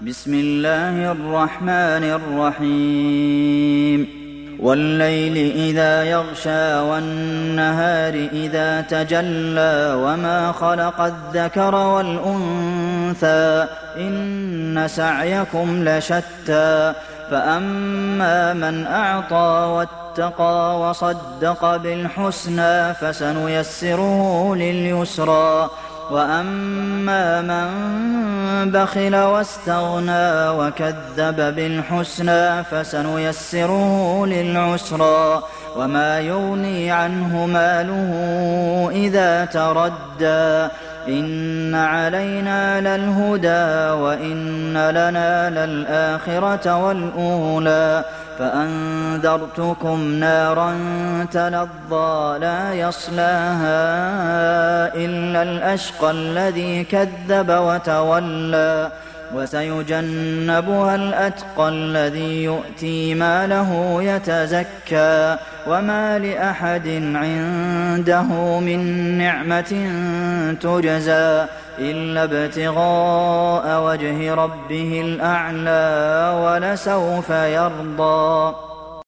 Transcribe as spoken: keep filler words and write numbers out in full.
بسم الله الرحمن الرحيم والليل إذا يغشى والنهار إذا تجلى وما خلق الذكر والأنثى إن سعيكم لشتى فأما من أعطى واتقى وصدق بالحسنى فسنيسره لليسرى وأما من بخل واستغنى وكذب بالحسنى فسنيسره للعسرى وما يغني عنه ماله إذا تردى إن علينا للهدى وإن لنا للآخرة والأولى فأنذرتكم نارا تلظى لا يصلاها إلا الأشقى الذي كذب وتولى وسيجنبها الأتقى الذي يؤتي ماله يتزكى وما لأحد عنده من نعمة تجزى إلا ابتغاء وجه ربه الأعلى ولسوف يرضى.